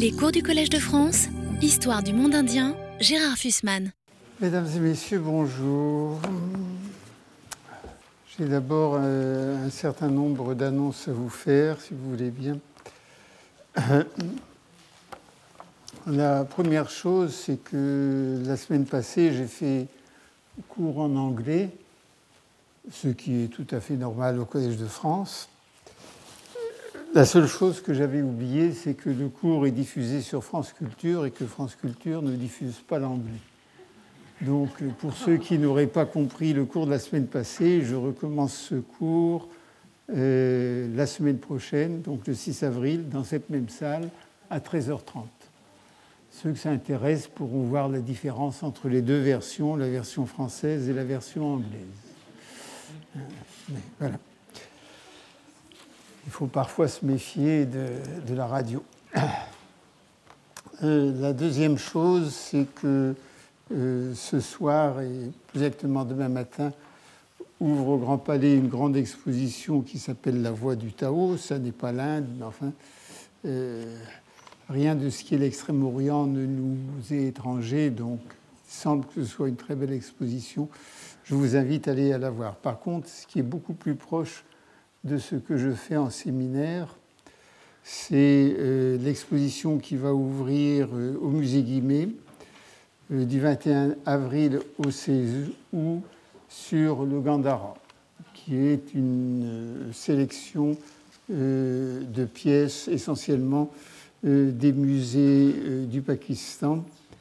Les cours du Collège de France, Histoire du monde indien, Gérard Fussman. Mesdames et messieurs, bonjour. J'ai d'abord un certain nombre d'annonces à vous faire, si vous voulez bien. La première chose, c'est que la semaine passée, j'ai fait cours en anglais, ce qui est tout à fait normal au Collège de France. La seule chose que j'avais oubliée, c'est que le cours est diffusé sur France Culture et que France Culture ne diffuse pas l'anglais. Donc, pour ceux qui n'auraient pas compris le cours de la semaine passée, je recommence ce cours la semaine prochaine, donc le 6 avril, dans cette même salle, à 13h30. Ceux que ça intéresse pourront voir la différence entre les deux versions, la version française et la version anglaise. Mais voilà. Il faut parfois se méfier de la radio. La deuxième chose, c'est que ce soir, et plus exactement demain matin, ouvre au Grand Palais une grande exposition qui s'appelle La Voie du Tao. Ça n'est pas l'Inde, mais enfin, rien de ce qui est l'Extrême-Orient ne nous est étranger, donc il semble que ce soit une très belle exposition. Je vous invite à aller à la voir. Par contre, ce qui est beaucoup plus proche de ce que je fais en séminaire, c'est l'exposition qui va ouvrir au musée Guimet du 21 avril au 16 août sur le Gandhara, qui est une sélection de pièces essentiellement des musées du Pakistan,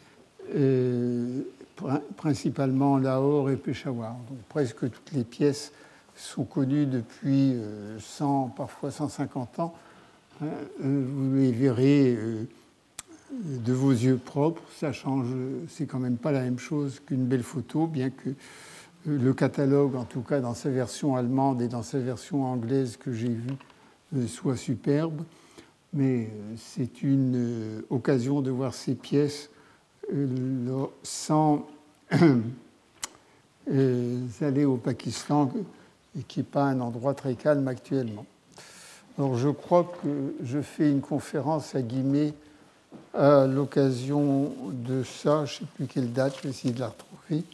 principalement Lahore et Peshawar. Donc presque toutes les pièces sont connues depuis 100, parfois 150 ans. Vous les verrez de vos yeux propres. Ça change, c'est quand même pas la même chose qu'une belle photo, bien que le catalogue, en tout cas dans sa version allemande et dans sa version anglaise que j'ai vue, soit superbe. Mais c'est une occasion de voir ces pièces sans aller au Pakistan, qui n'est pas un endroit très calme actuellement. Alors je crois que je fais une conférence à Guimet à l'occasion de ça, je ne sais plus quelle date, je vais essayer de la retrouver.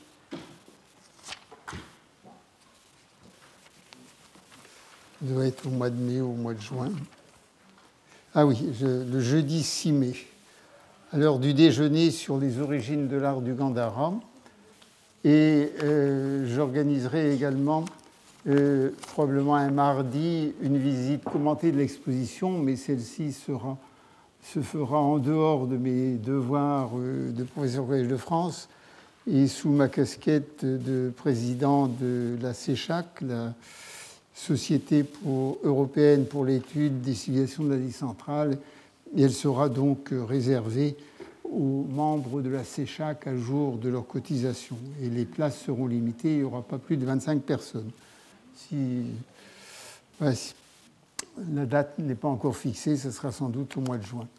Ça doit être au mois de mai ou au mois de juin. Ah oui, le jeudi 6 mai, à l'heure du déjeuner sur les origines de l'art du Gandhara. Et j'organiserai également, probablement un mardi, une visite commentée de l'exposition, mais celle-ci se fera en dehors de mes devoirs de professeur au Collège de France et sous ma casquette de président de la CECHAC, la Société européenne pour l'étude des civilisations de l'Asie centrale, et elle sera donc réservée aux membres de la CECHAC à jour de leur cotisation. Et les places seront limitées, il n'y aura pas plus de 25 personnes. Si la date n'est pas encore fixée, ce sera sans doute au mois de juin.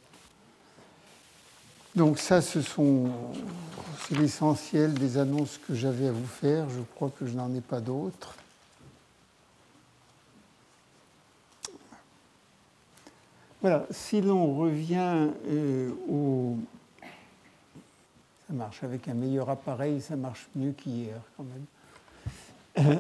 Donc ça, c'est l'essentiel des annonces que j'avais à vous faire. Je crois que je n'en ai pas d'autres. Voilà, si l'on revient Ça marche avec un meilleur appareil, ça marche mieux qu'hier quand même.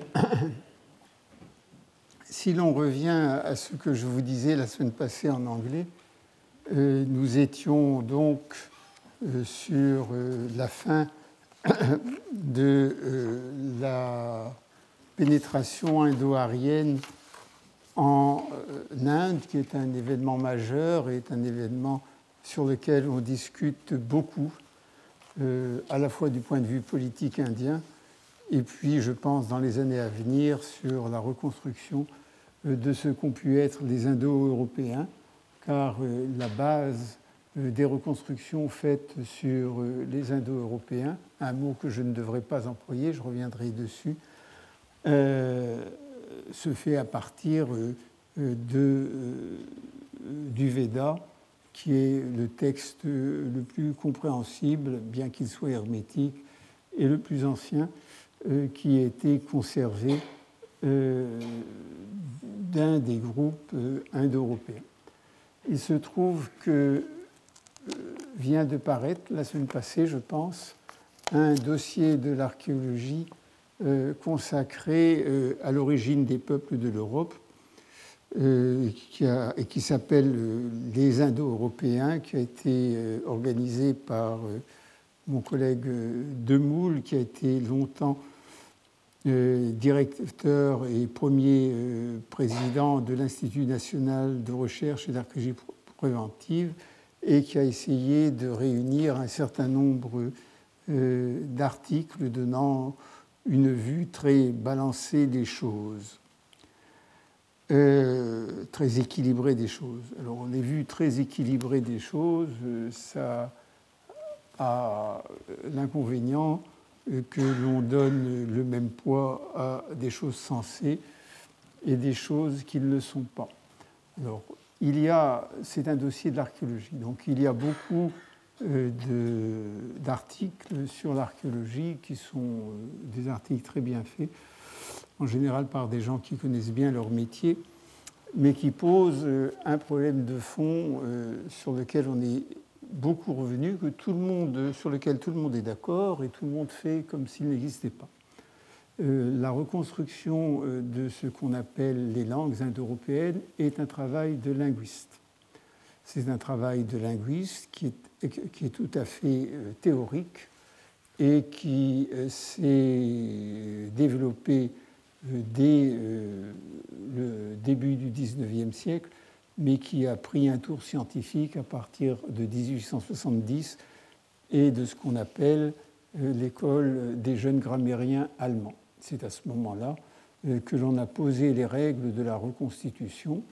Si l'on revient à ce que je vous disais la semaine passée en anglais, nous étions donc sur la fin de la pénétration indo-aryenne en Inde, qui est un événement majeur et est un événement sur lequel on discute beaucoup, à la fois du point de vue politique indien et puis, je pense, dans les années à venir, sur la reconstruction de ce qu'ont pu être les Indo-Européens, car la base des reconstructions faites sur les Indo-Européens, un mot que je ne devrais pas employer, je reviendrai dessus, se fait à partir du Veda, qui est le texte le plus compréhensible, bien qu'il soit hermétique, et le plus ancien, qui a été conservé d'un des groupes indo-européens. Il se trouve que vient de paraître la semaine passée, je pense, un dossier de l'archéologie consacré à l'origine des peuples de l'Europe, et qui s'appelle Les Indo-Européens, qui a été organisé par mon collègue Demoule, qui a été longtemps directeur et premier président de l'Institut national de recherche et d'archéologie préventive, et qui a essayé de réunir un certain nombre d'articles donnant une vue très balancée des choses, très équilibrée des choses. Alors, les vues très équilibrées des choses, ça a l'inconvénient que l'on donne le même poids à des choses sensées et des choses qui ne le sont pas. Alors, c'est un dossier de l'archéologie, donc il y a beaucoup d'articles sur l'archéologie qui sont des articles très bien faits, en général par des gens qui connaissent bien leur métier, mais qui posent un problème de fond sur lequel on est beaucoup revenu, sur lequel tout le monde est d'accord et tout le monde fait comme s'il n'existait pas. La reconstruction de ce qu'on appelle les langues indo-européennes est un travail de linguiste. C'est un travail de linguiste qui est tout à fait théorique et qui s'est développé dès le début du XIXe siècle, mais qui a pris un tour scientifique à partir de 1870 et de ce qu'on appelle l'école des jeunes grammairiens allemands. C'est à ce moment-là que l'on a posé les règles de la reconstitution,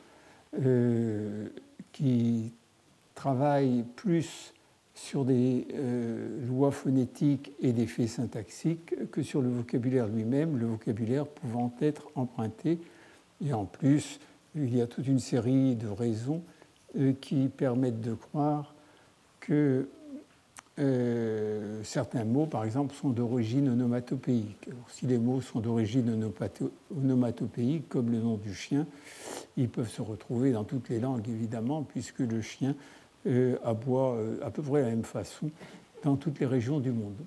qui travaille plus sur des lois phonétiques et des faits syntaxiques que sur le vocabulaire lui-même, le vocabulaire pouvant être emprunté. Et en plus, il y a toute une série de raisons qui permettent de croire que certains mots, par exemple, sont d'origine onomatopéique. Alors, si les mots sont d'origine onomatopéique, comme le nom du chien, ils peuvent se retrouver dans toutes les langues, évidemment, puisque le chien aboie à peu près de la même façon dans toutes les régions du monde.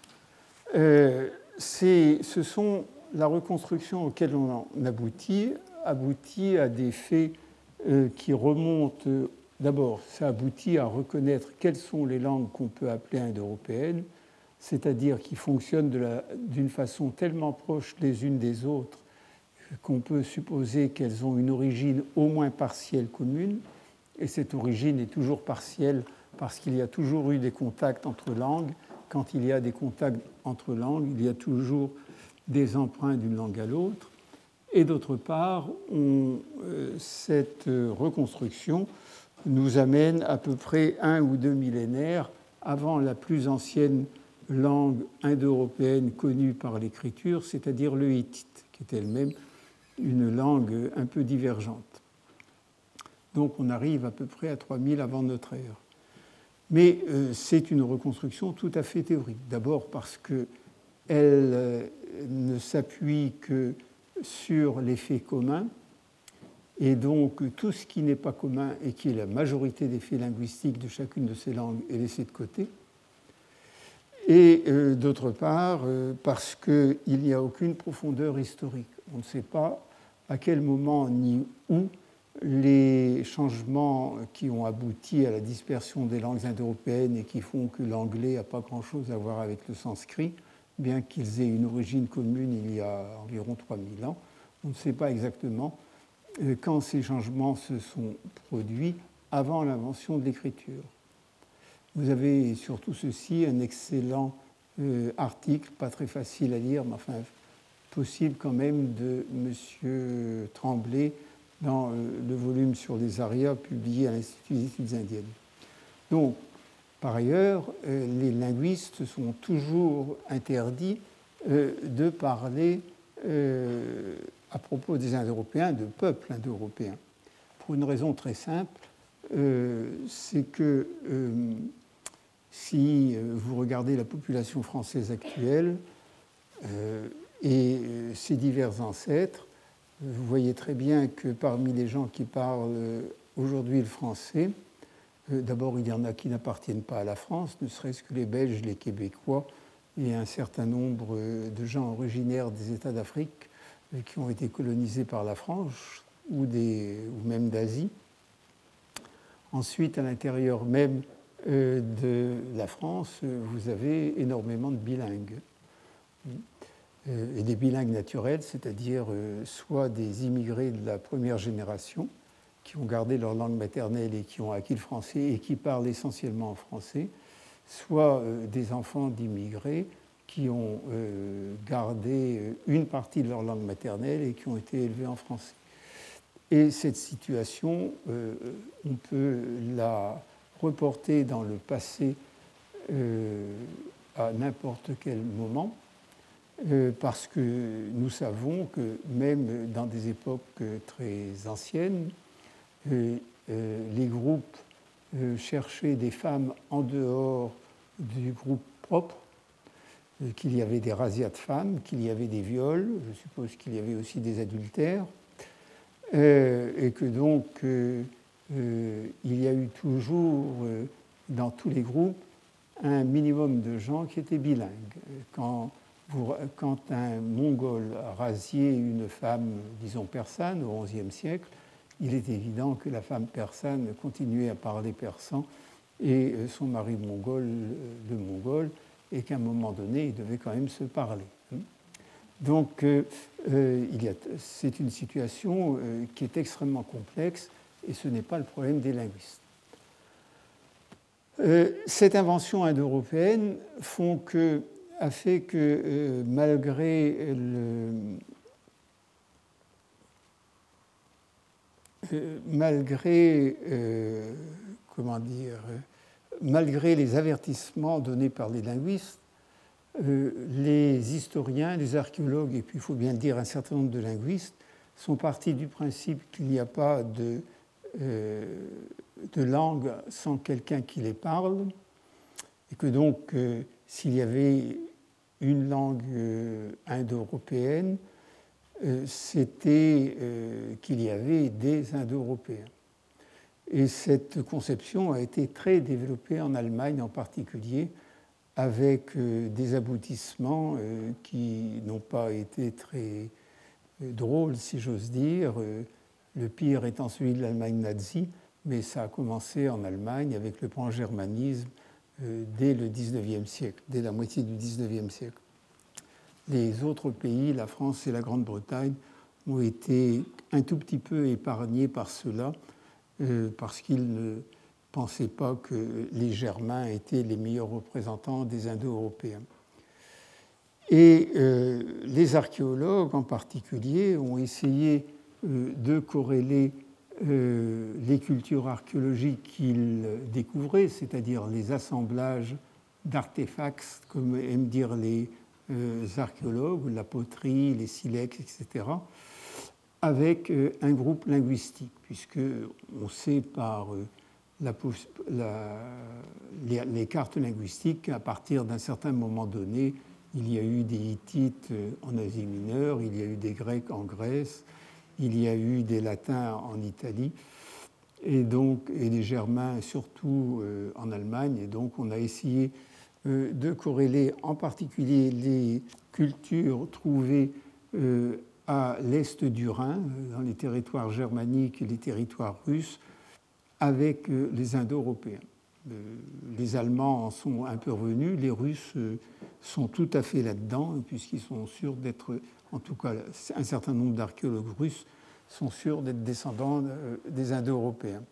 Ce sont la reconstruction auquel on aboutit à des faits qui remontent. D'abord, ça aboutit à reconnaître quelles sont les langues qu'on peut appeler indo-européennes, c'est-à-dire qui fonctionnent d'une façon tellement proche les unes des autres qu'on peut supposer qu'elles ont une origine au moins partielle commune, et cette origine est toujours partielle parce qu'il y a toujours eu des contacts entre langues. Quand il y a des contacts entre langues, il y a toujours des emprunts d'une langue à l'autre. Et d'autre part, cette reconstruction nous amène à peu près 1 ou 2 millénaires avant la plus ancienne langue indo-européenne connue par l'écriture, c'est-à-dire le hittite, qui est elle-même une langue un peu divergente. Donc on arrive à peu près à 3000 avant notre ère. Mais c'est une reconstruction tout à fait théorique. D'abord parce qu'elle ne s'appuie que sur les faits communs, et donc tout ce qui n'est pas commun et qui est la majorité des faits linguistiques de chacune de ces langues est laissé de côté. Et d'autre part, parce qu'il n'y a aucune profondeur historique. On ne sait pas à quel moment ni où les changements qui ont abouti à la dispersion des langues indo-européennes et qui font que l'anglais n'a pas grand-chose à voir avec le sanskrit, bien qu'ils aient une origine commune il y a environ 3000 ans. On ne sait pas exactement quand ces changements se sont produits avant l'invention de l'écriture. Vous avez sur tout ceci un excellent article, pas très facile à lire, mais enfin possible quand même, de M. Tremblay dans le volume sur les arias publié à l'Institut des études indiennes. Donc, par ailleurs, les linguistes sont toujours interdits de parler à propos des Indo-Européens, de peuples indo-européens, pour une raison très simple, c'est que si vous regardez la population française actuelle et ses divers ancêtres, vous voyez très bien que parmi les gens qui parlent aujourd'hui le français, D'abord, il y en a qui n'appartiennent pas à la France, ne serait-ce que les Belges, les Québécois et un certain nombre de gens originaires des États d'Afrique qui ont été colonisés par la France ou même d'Asie. Ensuite, à l'intérieur même de la France, vous avez énormément de bilingues. Et des bilingues naturels, c'est-à-dire soit des immigrés de la première génération qui ont gardé leur langue maternelle et qui ont acquis le français et qui parlent essentiellement en français, soit des enfants d'immigrés qui ont gardé une partie de leur langue maternelle et qui ont été élevés en français. Et cette situation, on peut la reporter dans le passé à n'importe quel moment, parce que nous savons que même dans des époques très anciennes, les groupes cherchaient des femmes en dehors du groupe propre, qu'il y avait des razzias de femmes, qu'il y avait des viols, je suppose qu'il y avait aussi des adultères, et que donc il y a eu toujours dans tous les groupes un minimum de gens qui étaient bilingues. Quand un Mongol razziait une femme, disons persane, au XIe siècle, il est évident que la femme persane continuait à parler persan et son mari mongol, le mongol, et qu'à un moment donné, ils devaient quand même se parler. Donc, c'est une situation qui est extrêmement complexe et ce n'est pas le problème des linguistes. Cette invention indo-européenne a fait que malgré les avertissements donnés par les linguistes, les historiens, les archéologues, et puis il faut bien le dire un certain nombre de linguistes, sont partis du principe qu'il n'y a pas de langue sans quelqu'un qui les parle, et que donc s'il y avait une langue indo-européenne, c'était qu'il y avait des Indo-Européens. Et cette conception a été très développée en Allemagne en particulier, avec des aboutissements qui n'ont pas été très drôles, si j'ose dire. Le pire étant celui de l'Allemagne nazie, mais ça a commencé en Allemagne avec le pan-germanisme dès le XIXe siècle, dès la moitié du XIXe siècle. Les autres pays, la France et la Grande-Bretagne, ont été un tout petit peu épargnés par cela, parce qu'ils ne pensaient pas que les Germains étaient les meilleurs représentants des Indo-Européens. Et les archéologues en particulier ont essayé de corréler les cultures archéologiques qu'ils découvraient, c'est-à-dire les assemblages d'artefacts, comme aiment dire les archéologues, la poterie, les silex, etc., avec un groupe linguistique, puisqu'on sait par les cartes linguistiques qu'à partir d'un certain moment donné, il y a eu des Hittites en Asie mineure, il y a eu des Grecs en Grèce, il y a eu des Latins en Italie, et des Germains surtout en Allemagne. Et donc on a essayé de corréler en particulier les cultures trouvées à l'est du Rhin, dans les territoires germaniques et les territoires russes, avec les Indo-Européens. Les Allemands en sont un peu revenus, les Russes sont tout à fait là-dedans, puisqu'ils sont sûrs d'être, en tout cas un certain nombre d'archéologues russes sont sûrs d'être descendants des Indo-Européens.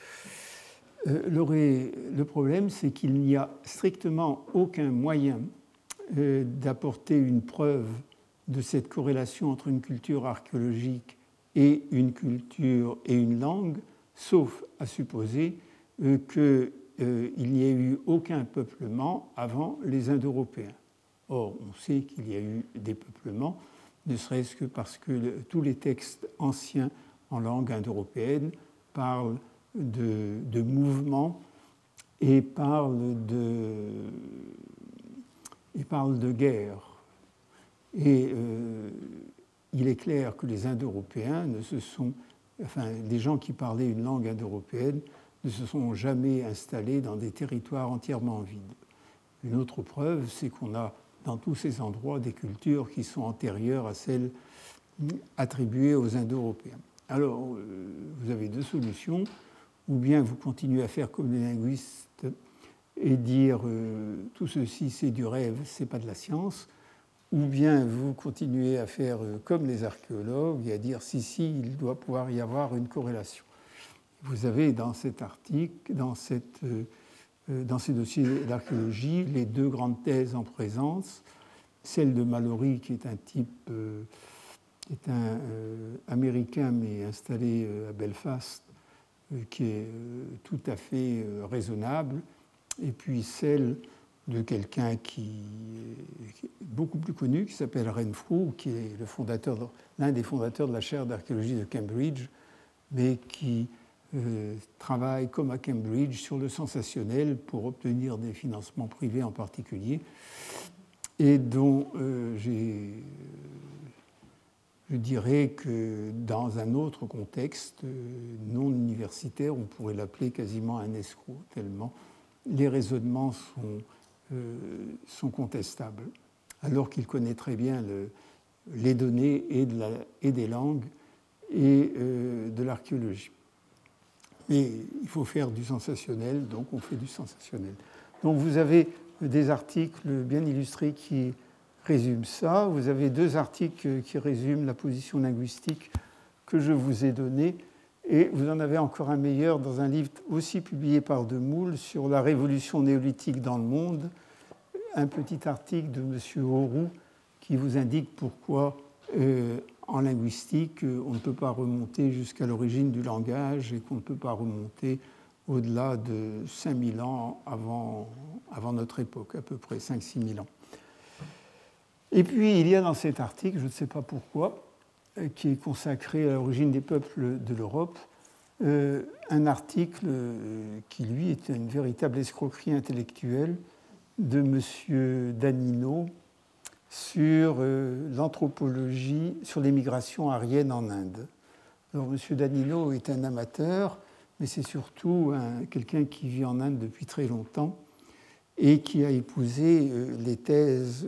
Le problème, c'est qu'il n'y a strictement aucun moyen d'apporter une preuve de cette corrélation entre une culture archéologique et une culture et une langue, sauf à supposer qu'il n'y ait eu aucun peuplement avant les Indo-Européens. Or, on sait qu'il y a eu des peuplements, ne serait-ce que parce que tous les textes anciens en langue indo-européenne parlent de mouvements et parlent de guerre. Et il est clair que les Indo-Européens les gens qui parlaient une langue indo-européenne ne se sont jamais installés dans des territoires entièrement vides. Une autre preuve, c'est qu'on a dans tous ces endroits des cultures qui sont antérieures à celles attribuées aux Indo-Européens. Alors, vous avez deux solutions. Ou bien vous continuez à faire comme les linguistes et dire tout ceci c'est du rêve, c'est pas de la science, ou bien vous continuez à faire comme les archéologues et à dire si, il doit pouvoir y avoir une corrélation. Vous avez dans cet article, dans ces dossiers d'archéologie, les deux grandes thèses en présence, celle de Mallory qui est un type, est un américain mais installé à Belfast, qui est tout à fait raisonnable, et puis celle de quelqu'un qui est beaucoup plus connu, qui s'appelle Renfrew, qui est l'un des fondateurs de la chaire d'archéologie de Cambridge, mais qui travaille comme à Cambridge sur le sensationnel pour obtenir des financements privés en particulier, et dont je dirais que dans un autre contexte non universitaire, on pourrait l'appeler quasiment un escroc, tellement les raisonnements sont contestables, alors qu'il connaît très bien les données et des langues et de l'archéologie. Mais il faut faire du sensationnel, donc on fait du sensationnel. Donc vous avez des articles bien illustrés qui résument ça. Vous avez deux articles qui résument la position linguistique que je vous ai donnée. Et vous en avez encore un meilleur dans un livre aussi publié par Demoule sur la révolution néolithique dans le monde, un petit article de M. Auroux qui vous indique pourquoi en linguistique on ne peut pas remonter jusqu'à l'origine du langage et qu'on ne peut pas remonter au-delà de 5000 ans avant notre époque, à peu près 5-6 000 ans. Et puis il y a dans cet article, je ne sais pas pourquoi, qui est consacré à l'origine des peuples de l'Europe, un article qui, lui, est une véritable escroquerie intellectuelle de M. Danino sur l'anthropologie, sur les migrations aryennes en Inde. Alors, M. Danino est un amateur, mais c'est surtout quelqu'un qui vit en Inde depuis très longtemps et qui a épousé les thèses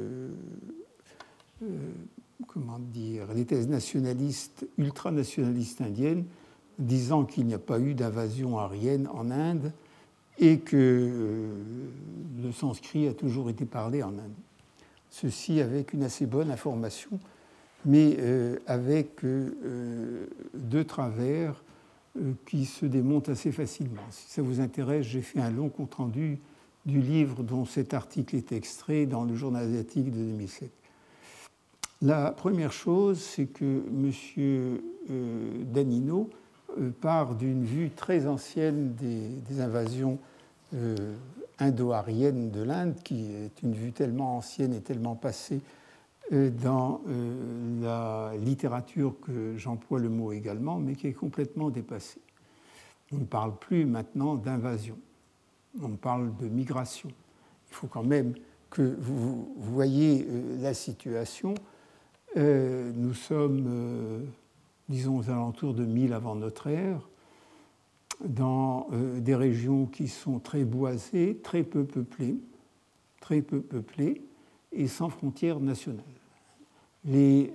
les thèses nationalistes, ultranationalistes indiennes, disant qu'il n'y a pas eu d'invasion aryenne en Inde et que le sanskrit a toujours été parlé en Inde. Ceci avec une assez bonne information, mais avec deux travers qui se démontent assez facilement. Si ça vous intéresse, j'ai fait un long compte-rendu du livre dont cet article est extrait dans le Journal asiatique de 2007. La première chose, c'est que M. Danino part d'une vue très ancienne des invasions indo-aryennes de l'Inde, qui est une vue tellement ancienne et tellement passée dans la littérature que j'emploie le mot également, mais qui est complètement dépassée. On ne parle plus maintenant d'invasion, on parle de migration. Il faut quand même que vous voyez la situation. Nous sommes, disons, aux alentours de 1000 avant notre ère, dans des régions qui sont très boisées, très peu peuplées et sans frontières nationales. Les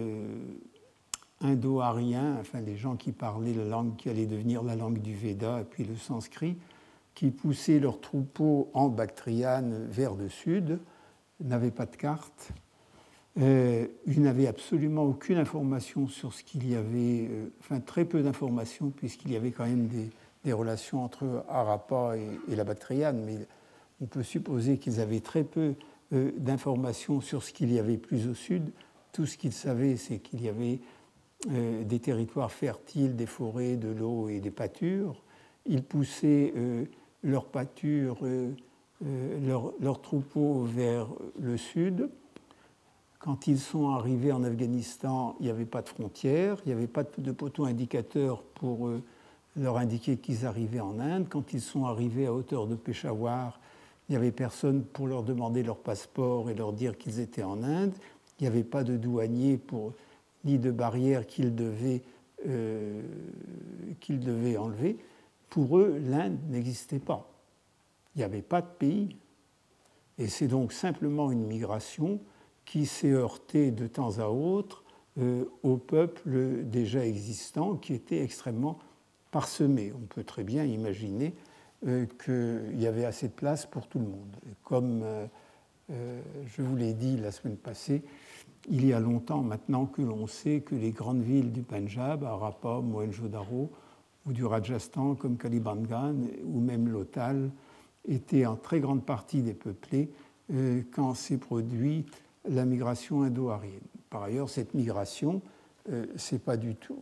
Indo-Aryens, enfin les gens qui parlaient la langue qui allait devenir la langue du Veda et puis le sanskrit, qui poussaient leurs troupeaux en Bactriane vers le sud, n'avaient pas de carte. Ils n'avaient absolument aucune information sur ce qu'il y avait, enfin très peu d'informations, puisqu'il y avait quand même des relations entre Harappa et la Bactriane, mais on peut supposer qu'ils avaient très peu d'informations sur ce qu'il y avait plus au sud. Tout ce qu'ils savaient, c'est qu'il y avait des territoires fertiles, des forêts, de l'eau et des pâtures. Ils poussaient leurs pâtures, leurs troupeaux vers le sud. Quand ils sont arrivés en Afghanistan, il n'y avait pas de frontières, il n'y avait pas de poteau indicateur pour leur indiquer qu'ils arrivaient en Inde. Quand ils sont arrivés à hauteur de Peshawar, il n'y avait personne pour leur demander leur passeport et leur dire qu'ils étaient en Inde. Il n'y avait pas de douanier ni de barrière qu'ils devaient enlever. pour eux, l'Inde n'existait pas. Il n'y avait pas de pays. Et c'est donc simplement une migration qui s'est heurtée de temps à autre aux peuples déjà existants qui étaient extrêmement parsemés. On peut très bien imaginer qu'il y avait assez de place pour tout le monde. Comme je vous l'ai dit la semaine passée, il y a longtemps maintenant que l'on sait que les grandes villes du Pendjab, Harappa, Mohenjo-Daro, ou du Rajasthan comme Kalibangan, ou même Lothal, étaient en très grande partie dépeuplées quand s'est produite la migration indo-aryenne. Par ailleurs, cette migration, c'est pas du tout...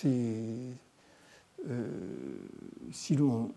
si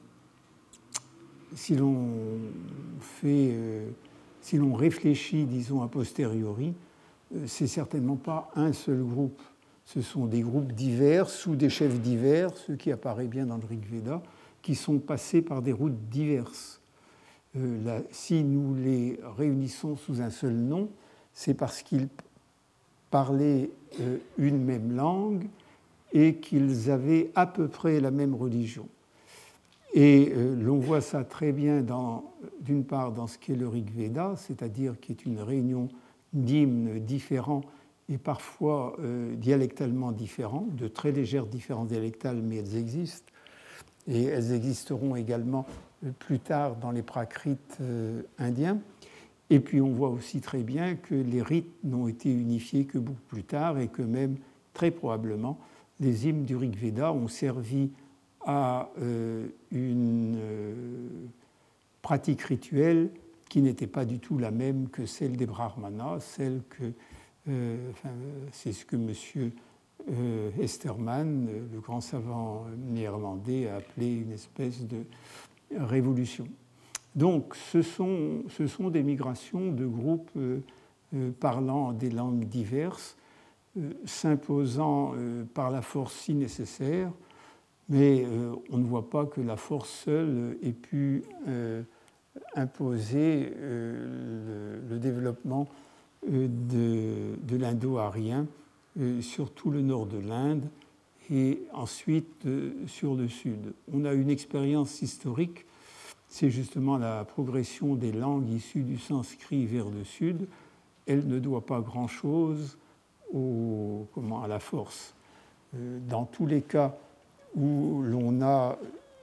l'on réfléchit, disons, a posteriori, c'est certainement pas un seul groupe. Ce sont des groupes divers, sous des chefs divers, ce qui apparaît bien dans le Rig Veda, qui sont passés par des routes diverses. Si nous les réunissons sous un seul nom, c'est parce qu'ils parlaient une même langue et qu'ils avaient à peu près la même religion. Et l'on voit ça très bien, d'une part, dans ce qu'est le Rig Veda, c'est-à-dire qui est une réunion d'hymnes différents et parfois dialectalement différents, de très légères différences dialectales, mais elles existent. Et elles existeront également plus tard dans les Prakrits indiens. Et puis on voit aussi très bien que les rites n'ont été unifiés que beaucoup plus tard et que même, très probablement, les hymnes du Rig Veda ont servi à une pratique rituelle qui n'était pas du tout la même que celle des Brahmanas, celle que, c'est ce que M. Esterman, le grand savant néerlandais, a appelé une espèce de révolution. Donc ce sont des migrations de groupes parlant des langues diverses, s'imposant par la force si nécessaire, mais on ne voit pas que la force seule ait pu imposer le développement de l'indo-arien sur tout le nord de l'Inde et ensuite sur le sud. On a une expérience historique, c'est justement la progression des langues issues du sanskrit vers le sud. Elle ne doit pas grand-chose à la force. Dans tous les cas où l'on a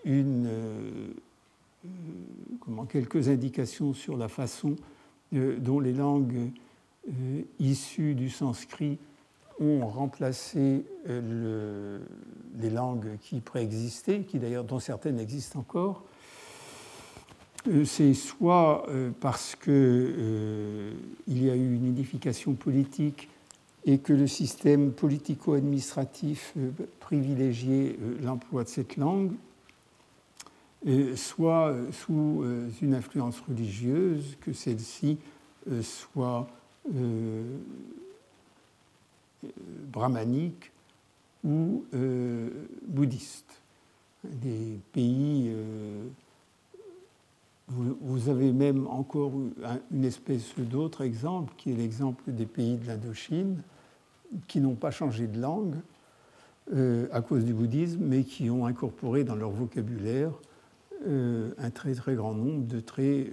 quelques indications sur la façon dont les langues issues du sanskrit ont remplacé les langues qui préexistaient, dont certaines existent encore, c'est soit parce qu'il y a eu une unification politique et que le système politico-administratif privilégiait l'emploi de cette langue, soit sous une influence religieuse, que celle-ci soit brahmanique ou bouddhiste. Des pays, vous avez même encore une espèce d'autre exemple, qui est l'exemple des pays de l'Indochine, qui n'ont pas changé de langue à cause du bouddhisme, mais qui ont incorporé dans leur vocabulaire un très très grand nombre de traits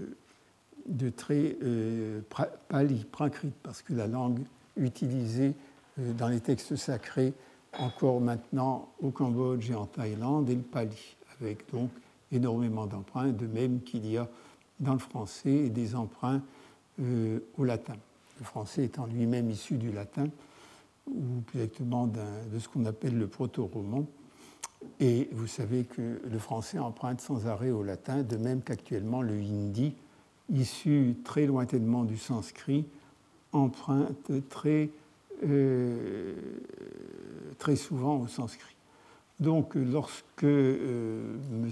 pali, prakrit, parce que la langue utilisée dans les textes sacrés encore maintenant au Cambodge et en Thaïlande est le pali, avec donc énormément d'emprunts, de même qu'il y a dans le français des emprunts au latin. Le français étant lui-même issu du latin, ou plus exactement de ce qu'on appelle le proto-roman. Et vous savez que le français emprunte sans arrêt au latin, de même qu'actuellement le hindi, issu très lointainement du sanskrit, emprunte très souvent au sanskrit. Donc lorsque M.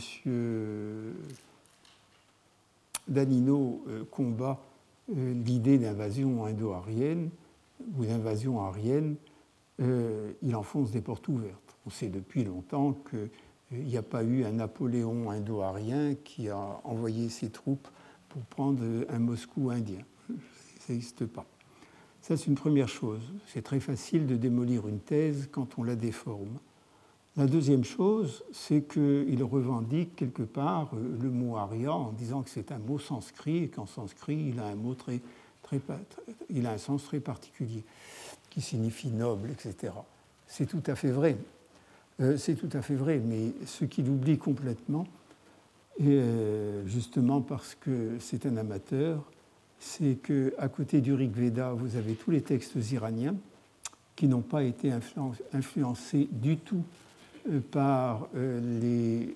Danino combat l'idée d'invasion indo-aryenne ou d'invasion aryenne, il enfonce des portes ouvertes. On sait depuis longtemps qu'il n'y a pas eu un Napoléon indo-aryen qui a envoyé ses troupes pour prendre un Moscou indien. Ça n'existe pas. Ça, c'est une première chose. C'est très facile de démolir une thèse quand on la déforme. La deuxième chose, c'est qu'il revendique quelque part le mot Arya en disant que c'est un mot sanskrit et qu'en sanskrit, il a un mot il a un sens très particulier qui signifie noble, etc. C'est tout à fait vrai. C'est tout à fait vrai, mais ce qu'il oublie complètement, et justement parce que c'est un amateur, c'est qu'à côté du Rig Veda, vous avez tous les textes iraniens qui n'ont pas été influencés du tout par le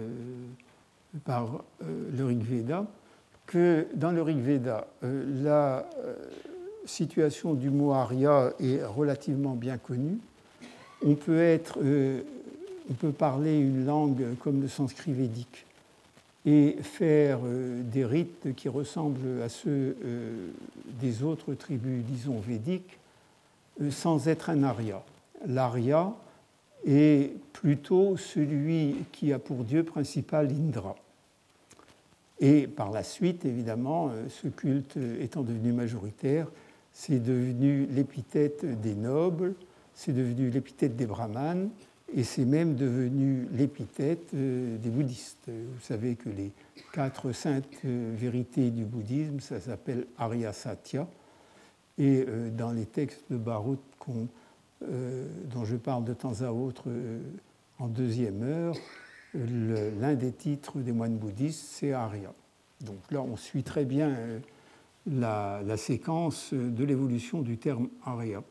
Rig Veda, que dans le Rig Veda, la situation du mot Arya est relativement bien connue. On peut parler une langue comme le sanskrit védique et faire des rites qui ressemblent à ceux des autres tribus, disons, védiques, sans être un Arya. L'Arya est plutôt celui qui a pour dieu principal Indra. Et par la suite, évidemment, ce culte étant devenu majoritaire, c'est devenu l'épithète des nobles, c'est devenu l'épithète des brahmanes, et c'est même devenu l'épithète des bouddhistes. Vous savez que les 4 saintes vérités du bouddhisme, ça s'appelle Arya Satya, et dans les textes de Barut dont je parle de temps à autre en deuxième heure, l'un des titres des moines bouddhistes, c'est Arya. Donc là, on suit très bien la séquence de l'évolution du terme Arya,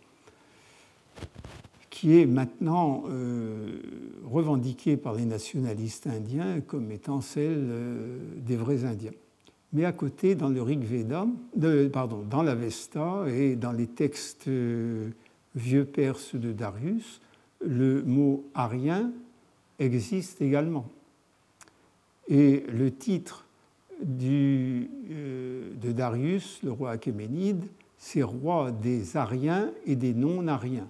qui est maintenant revendiquée par les nationalistes indiens comme étant celle des vrais Indiens. Mais à côté, dans le Rig Veda, dans l'Avesta et dans les textes vieux perses de Darius, le mot arien existe également. Et le titre de Darius, le roi Achéménide, c'est roi des Ariens et des non-Ariens.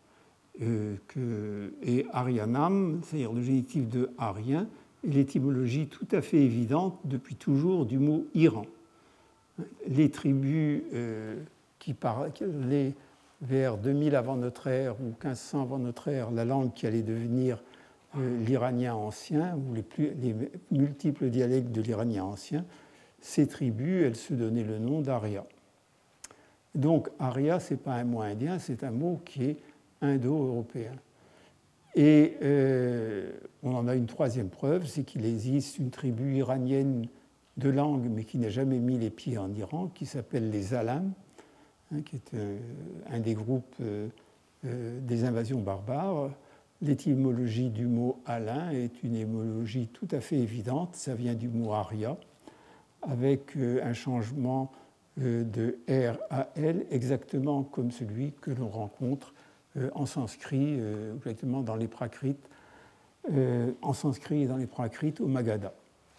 Et Arianam, c'est-à-dire le génitif de Arien, est l'étymologie tout à fait évidente depuis toujours du mot Iran. Les tribus qui parlaient vers 2000 avant notre ère ou 1500 avant notre ère la langue qui allait devenir l'iranien ancien ou les multiples dialectes de l'iranien ancien, ces tribus, elles se donnaient le nom d'Arya. Donc Arya, ce n'est pas un mot indien, c'est un mot qui est indo-européen. Et on en a une troisième preuve, c'est qu'il existe une tribu iranienne de langue, mais qui n'a jamais mis les pieds en Iran, qui s'appelle les Alans, qui est un des groupes des invasions barbares. L'étymologie du mot Alain est une étymologie tout à fait évidente, ça vient du mot Arya, avec un changement de R à L, exactement comme celui que l'on rencontre en sanskrit, exactement dans les Prakrites, en sanskrit et dans les Prakrites au Magadha.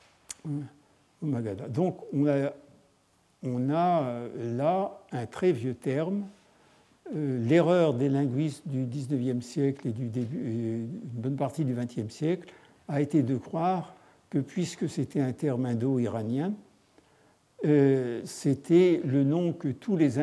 Donc on a là un très vieux terme. L'erreur des linguistes du XIXe siècle et une bonne partie du XXe siècle a été de croire que puisque c'était un terme indo-iranien, c'était le nom que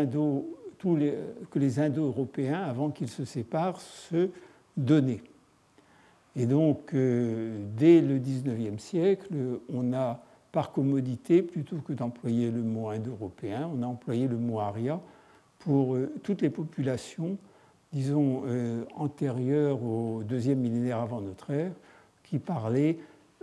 les Indo-Européens, avant qu'ils se séparent, se donnaient. Et donc, dès le XIXe siècle, on a, par commodité, plutôt que d'employer le mot indo-européen, on a employé le mot Arya pour toutes les populations, disons, antérieures au deuxième millénaire avant notre ère, qui parlaient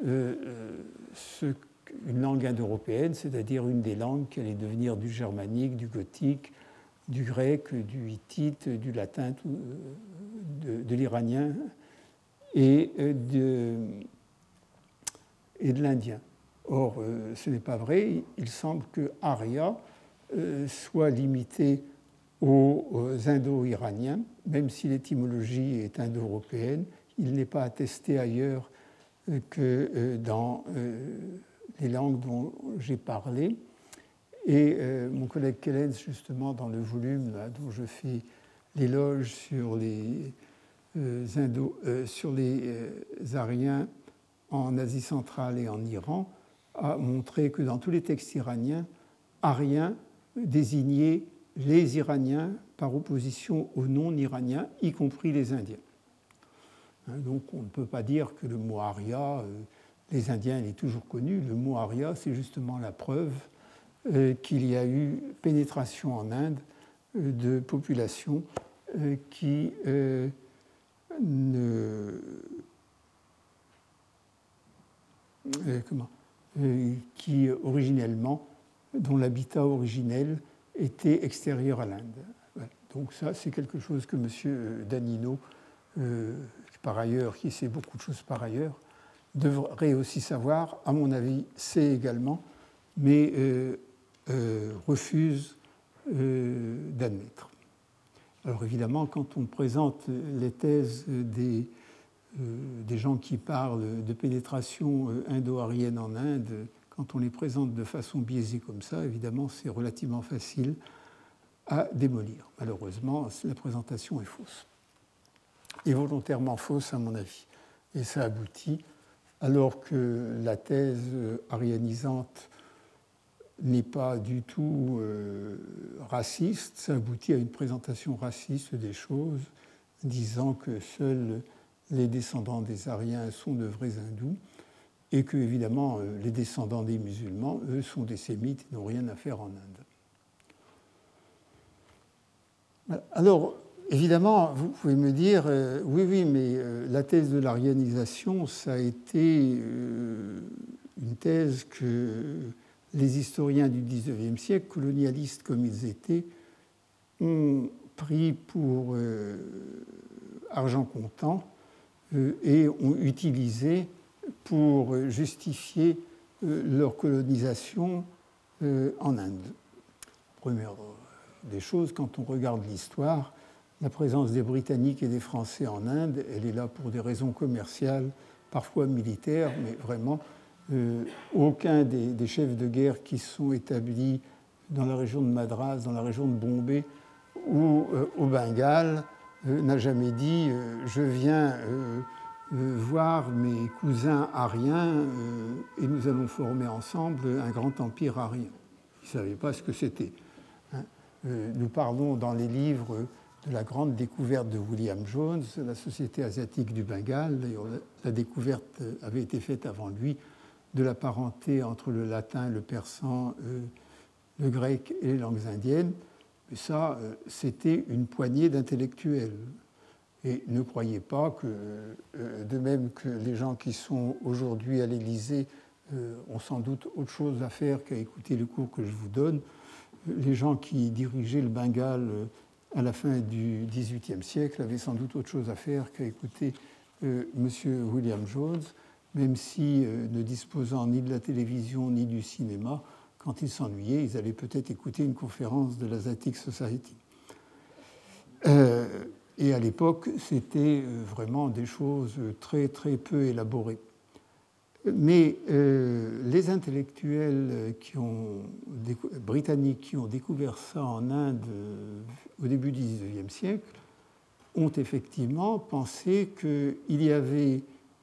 une langue indo-européenne, c'est-à-dire une des langues qui allait devenir du germanique, du gothique, du grec, du hittite, du latin, de l'iranien et de l'indien. Or, ce n'est pas vrai. Il semble que Arya soit limité aux Indo-Iraniens, même si l'étymologie est indo-européenne. Il n'est pas attesté ailleurs que dans les langues dont j'ai parlé. Et mon collègue Kellens, justement, dans le volume là, dont je fais l'éloge sur les Ariens en Asie centrale et en Iran, a montré que dans tous les textes iraniens, Ariens désignait les Iraniens par opposition aux non-Iraniens, y compris les Indiens. Donc on ne peut pas dire que le mot Arya, les Indiens l'aient toujours connu. Le mot Arya, c'est justement la preuve qu'il y a eu pénétration en Inde de populations qui qui originellement, dont l'habitat originel était extérieur à l'Inde. Donc ça, c'est quelque chose que M. Danino, par ailleurs, qui sait beaucoup de choses par ailleurs, devrait aussi savoir, à mon avis, sait également, mais refuse d'admettre. Alors évidemment, quand on présente les thèses des gens qui parlent de pénétration indo-aryenne en Inde, quand on les présente de façon biaisée comme ça, évidemment, c'est relativement facile à démolir. Malheureusement, la présentation est fausse. Et volontairement fausse, à mon avis. Et ça aboutit, alors que la thèse aryanisante n'est pas du tout raciste, ça aboutit à une présentation raciste des choses, disant que seuls les descendants des Aryens sont de vrais hindous, et que, évidemment, les descendants des musulmans, eux, sont des sémites et n'ont rien à faire en Inde. Alors, évidemment, vous pouvez me dire, oui, mais la thèse de l'aryanisation, ça a été une thèse que les historiens du XIXe siècle, colonialistes comme ils étaient, ont pris pour argent comptant et ont utilisé pour justifier leur colonisation en Inde. Première des choses, quand on regarde l'histoire, la présence des Britanniques et des Français en Inde, elle est là pour des raisons commerciales, parfois militaires, mais vraiment, aucun des chefs de guerre qui sont établis dans la région de Madras, dans la région de Bombay ou au Bengale n'a jamais dit je viens voir mes cousins aryens et nous allons former ensemble un grand empire aryen. Ils ne savaient pas ce que c'était. Nous parlons dans les livres de la grande découverte de William Jones, la Société asiatique du Bengale. La découverte avait été faite avant lui de la parenté entre le latin, le persan, le grec et les langues indiennes. Mais ça, c'était une poignée d'intellectuels. Et ne croyez pas que, de même que les gens qui sont aujourd'hui à l'Élysée ont sans doute autre chose à faire qu'à écouter le cours que je vous donne, les gens qui dirigeaient le Bengale à la fin du XVIIIe siècle avaient sans doute autre chose à faire qu'à écouter M. William Jones, même si, ne disposant ni de la télévision ni du cinéma, quand ils s'ennuyaient, ils allaient peut-être écouter une conférence de l'Asiatic Society. Et à l'époque, c'était vraiment des choses très, très peu élaborées. Mais les intellectuels britanniques qui ont découvert ça en Inde au début du XIXe siècle ont effectivement pensé qu'il y avait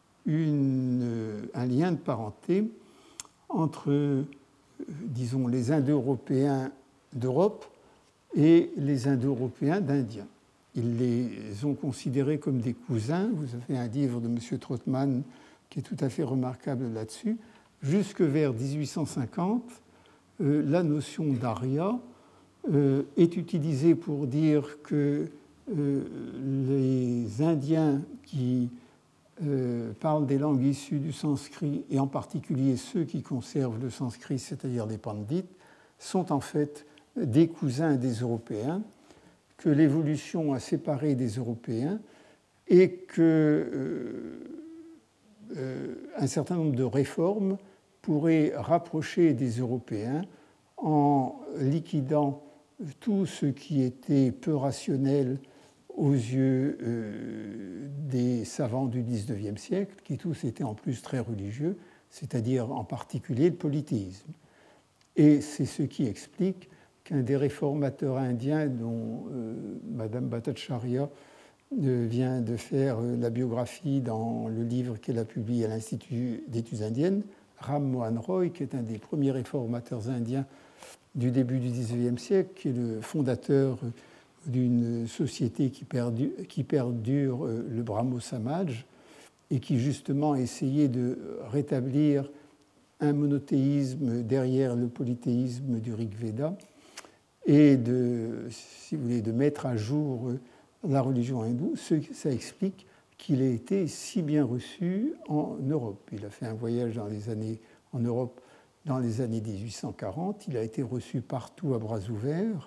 un lien de parenté entre, disons, les Indo-Européens d'Europe et les Indo-Européens d'Indiens. Ils les ont considérés comme des cousins. Vous avez un livre de M. Trotman qui est tout à fait remarquable là-dessus. Jusque vers 1850, la notion d'Arya est utilisée pour dire que les Indiens qui parlent des langues issues du sanskrit, et en particulier ceux qui conservent le sanskrit, c'est-à-dire les pandits, sont en fait des cousins des Européens, que l'évolution a séparé des Européens et que un certain nombre de réformes pourraient rapprocher des Européens en liquidant tout ce qui était peu rationnel aux yeux des savants du XIXe siècle, qui tous étaient en plus très religieux, c'est-à-dire en particulier le polythéisme. Et c'est ce qui explique qu'un des réformateurs indiens, dont Mme Bhattacharya vient de faire la biographie dans le livre qu'elle a publié à l'Institut d'études indiennes, Ram Mohan Roy, qui est un des premiers réformateurs indiens du début du XIXe siècle, qui est le fondateur d'une société qui perdure, le Brahmo Samaj, et qui justement essayait de rétablir un monothéisme derrière le polythéisme du Rig Veda et si vous voulez, de mettre à jour la religion hindoue. Ça explique qu'il ait été si bien reçu en Europe. Il a fait un voyage en Europe dans les années 1840. Il a été reçu partout à bras ouverts,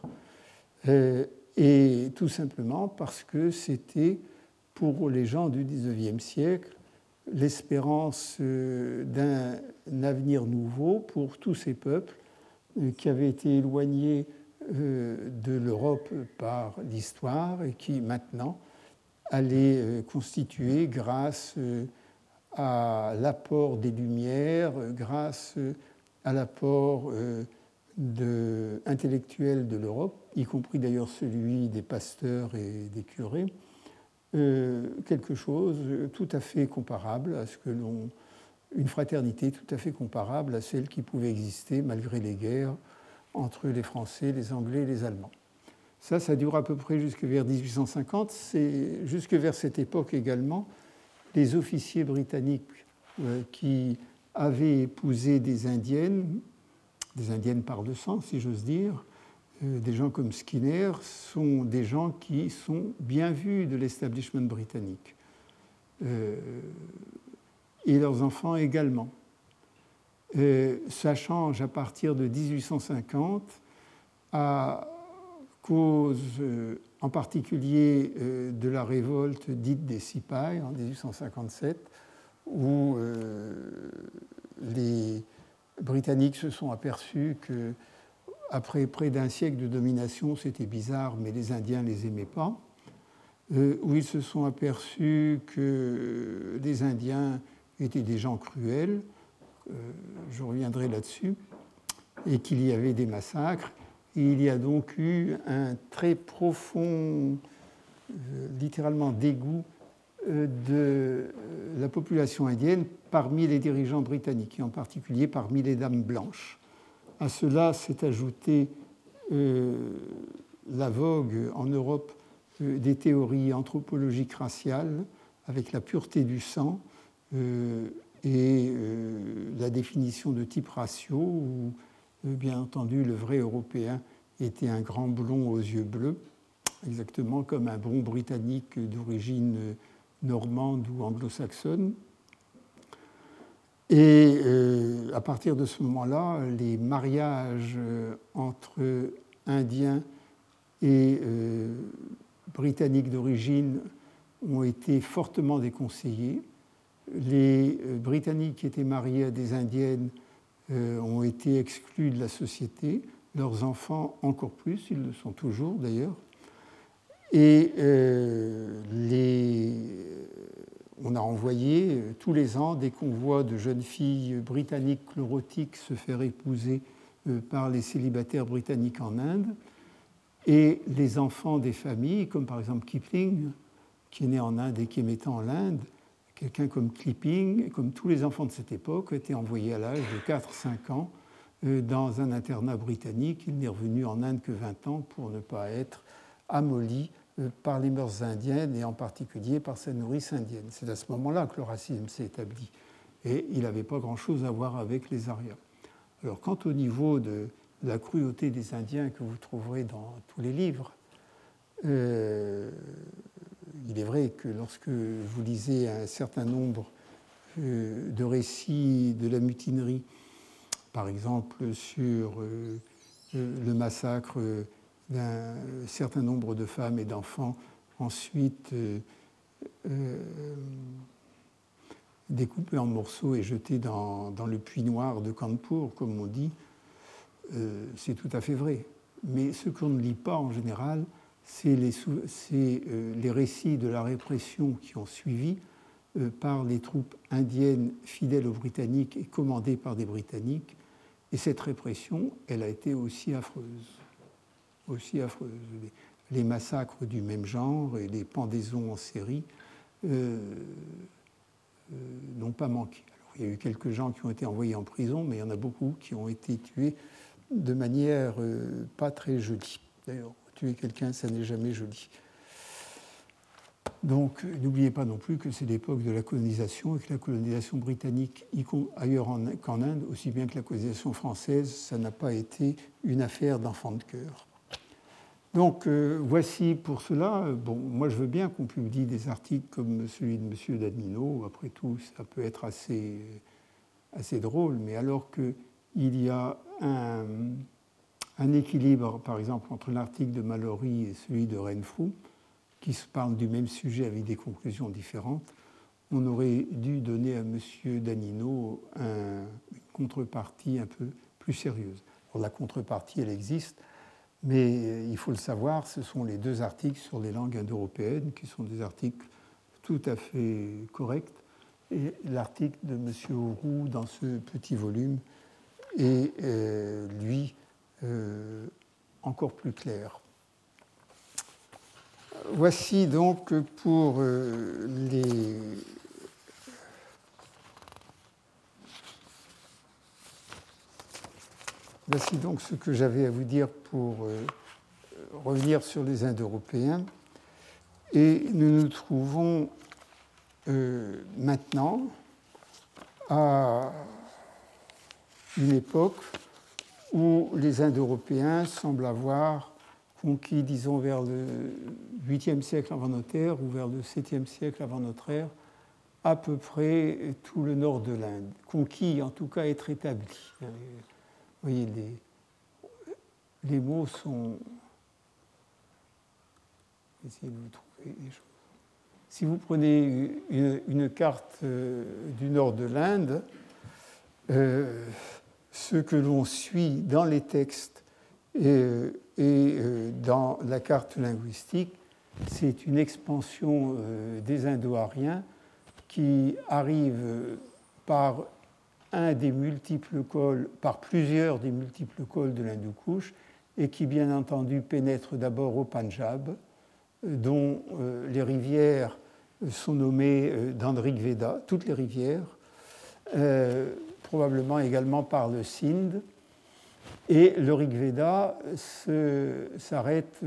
et tout simplement parce que c'était, pour les gens du XIXe siècle, l'espérance d'un avenir nouveau pour tous ces peuples qui avaient été éloignés de l'Europe par l'histoire et qui maintenant allaient constituer, grâce à l'apport des Lumières, grâce à l'apport intellectuel de l'Europe, y compris d'ailleurs celui des pasteurs et des curés, quelque chose tout à fait comparable à une fraternité tout à fait comparable à celle qui pouvait exister malgré les guerres entre les Français, les Anglais et les Allemands. Ça dure à peu près jusque vers 1850. C'est jusque vers cette époque également, les officiers britanniques qui avaient épousé des indiennes par le sang, si j'ose dire, des gens comme Skinner, sont des gens qui sont bien vus de l'establishment britannique. Et leurs enfants également. Ça change à partir de 1850 à cause en particulier de la révolte dite des Sipais en 1857, où les Britanniques se sont aperçus que, après près d'un siècle de domination, c'était bizarre, mais les Indiens ne les aimaient pas, où ils se sont aperçus que les Indiens étaient des gens cruels, je reviendrai là-dessus, et qu'il y avait des massacres. Et il y a donc eu un très profond, littéralement, dégoût de la population indienne parmi les dirigeants britanniques, et en particulier parmi les dames blanches. À cela s'est ajoutée la vogue en Europe des théories anthropologiques raciales, avec la pureté du sang et la définition de types raciaux, où, bien entendu, le vrai Européen était un grand blond aux yeux bleus, exactement comme un bon Britannique d'origine normande ou anglo-saxonne. Et à partir de ce moment-là, les mariages entre Indiens et Britanniques d'origine ont été fortement déconseillés. Les Britanniques qui étaient mariés à des Indiennes ont été exclus de la société, leurs enfants encore plus, ils le sont toujours d'ailleurs. Et on a envoyé tous les ans des convois de jeunes filles britanniques chlorotiques se faire épouser par les célibataires britanniques en Inde. Et les enfants des familles, comme par exemple Kipling, qui est né en Inde et qui est en l'Inde, quelqu'un comme Kipling, comme tous les enfants de cette époque, étaient envoyés à l'âge de 4-5 ans dans un internat britannique. Il n'est revenu en Inde que 20 ans pour ne pas être amoli par les mœurs indiennes et en particulier par sa nourrice indienne. C'est à ce moment-là que le racisme s'est établi. Et il n'avait pas grand-chose à voir avec les Aryas. Alors, quant au niveau de la cruauté des Indiens que vous trouverez dans tous les livres, il est vrai que lorsque vous lisez un certain nombre de récits de la mutinerie, par exemple sur le massacre d'un certain nombre de femmes et d'enfants, ensuite découpés en morceaux et jetés dans le puits noir de Kanpur, comme on dit, c'est tout à fait vrai. Mais ce qu'on ne lit pas en général, c'est les récits de la répression qui ont suivi par les troupes indiennes fidèles aux Britanniques et commandées par des Britanniques. Et cette répression, elle a été aussi affreuse. Aussi affreuse. Les massacres du même genre et les pendaisons en série n'ont pas manqué. Alors, il y a eu quelques gens qui ont été envoyés en prison, mais il y en a beaucoup qui ont été tués de manière pas très jolie. D'ailleurs, tuer quelqu'un, ça n'est jamais joli. Donc, n'oubliez pas non plus que c'est l'époque de la colonisation et que la colonisation britannique, ailleurs qu'en Inde, aussi bien que la colonisation française, ça n'a pas été une affaire d'enfant de cœur. Donc, voici pour cela. Bon, moi, je veux bien qu'on publie des articles comme celui de M. Danino. Après tout, ça peut être assez drôle, mais alors qu'il y a un équilibre, par exemple, entre l'article de Mallory et celui de Renfrew, qui se parlent du même sujet avec des conclusions différentes, on aurait dû donner à M. Danino une contrepartie un peu plus sérieuse. Alors, la contrepartie, elle existe, mais il faut le savoir, ce sont les 2 articles sur les langues indo-européennes qui sont des articles tout à fait corrects, et l'article de M. Auroux dans ce petit volume est, lui, encore plus clair. Voici donc pour les... Voici donc ce que j'avais à vous dire pour revenir sur les Indo-Européens. Et nous nous trouvons maintenant à une époque où les Indo-Européens semblent avoir conquis, disons, vers le 8e siècle avant notre ère ou vers le 7e siècle avant notre ère, à peu près tout le nord de l'Inde. Conquis, en tout cas, être établi. Vous voyez, les mots sont... Essayez de vous trouver les choses. Si vous prenez une carte du nord de l'Inde, ce que l'on suit dans les textes et dans la carte linguistique, c'est une expansion des Indo-Aryens qui arrive par plusieurs des multiples cols de l'Hindu-Kush et qui, bien entendu, pénètre d'abord au Pendjab, dont les rivières sont nommées dans le Rig Veda, toutes les rivières, probablement également par le Sindh. Et le Rig Veda s'arrête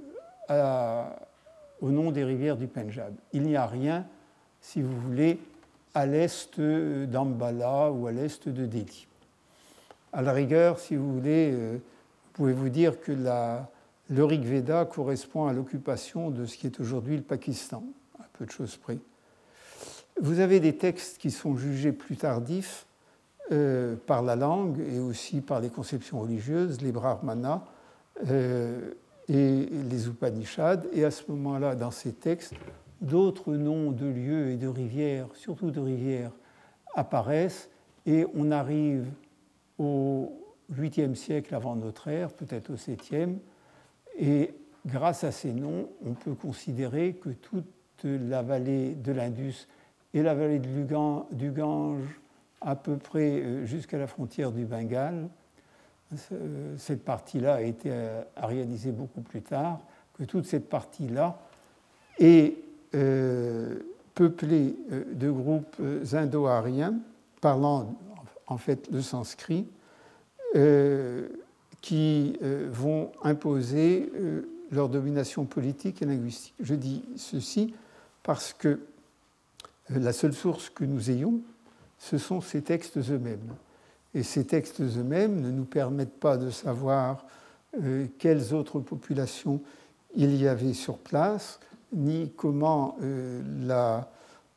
au nom des rivières du Pendjab. Il n'y a rien, si vous voulez, à l'est d'Ambala ou à l'est de Delhi. À la rigueur, si vous voulez, vous pouvez vous dire que le Rig Veda correspond à l'occupation de ce qui est aujourd'hui le Pakistan, à peu de choses près. Vous avez des textes qui sont jugés plus tardifs par la langue et aussi par les conceptions religieuses, les Brahmanas et les Upanishads. Et à ce moment-là, dans ces textes, d'autres noms de lieux et de rivières, surtout de rivières, apparaissent et on arrive au 8e siècle avant notre ère, peut-être au 7e, et grâce à ces noms, on peut considérer que toute la vallée de l'Indus et la vallée du Gange, à peu près jusqu'à la frontière du Bengale, cette partie-là a été aryaniser beaucoup plus tard, que toute cette partie-là est peuplée de groupes indo-aryens parlant en fait le sanskrit, qui vont imposer leur domination politique et linguistique. Je dis ceci parce que la seule source que nous ayons, ce sont ces textes eux-mêmes. Et ces textes eux-mêmes ne nous permettent pas de savoir quelles autres populations il y avait sur place, ni comment la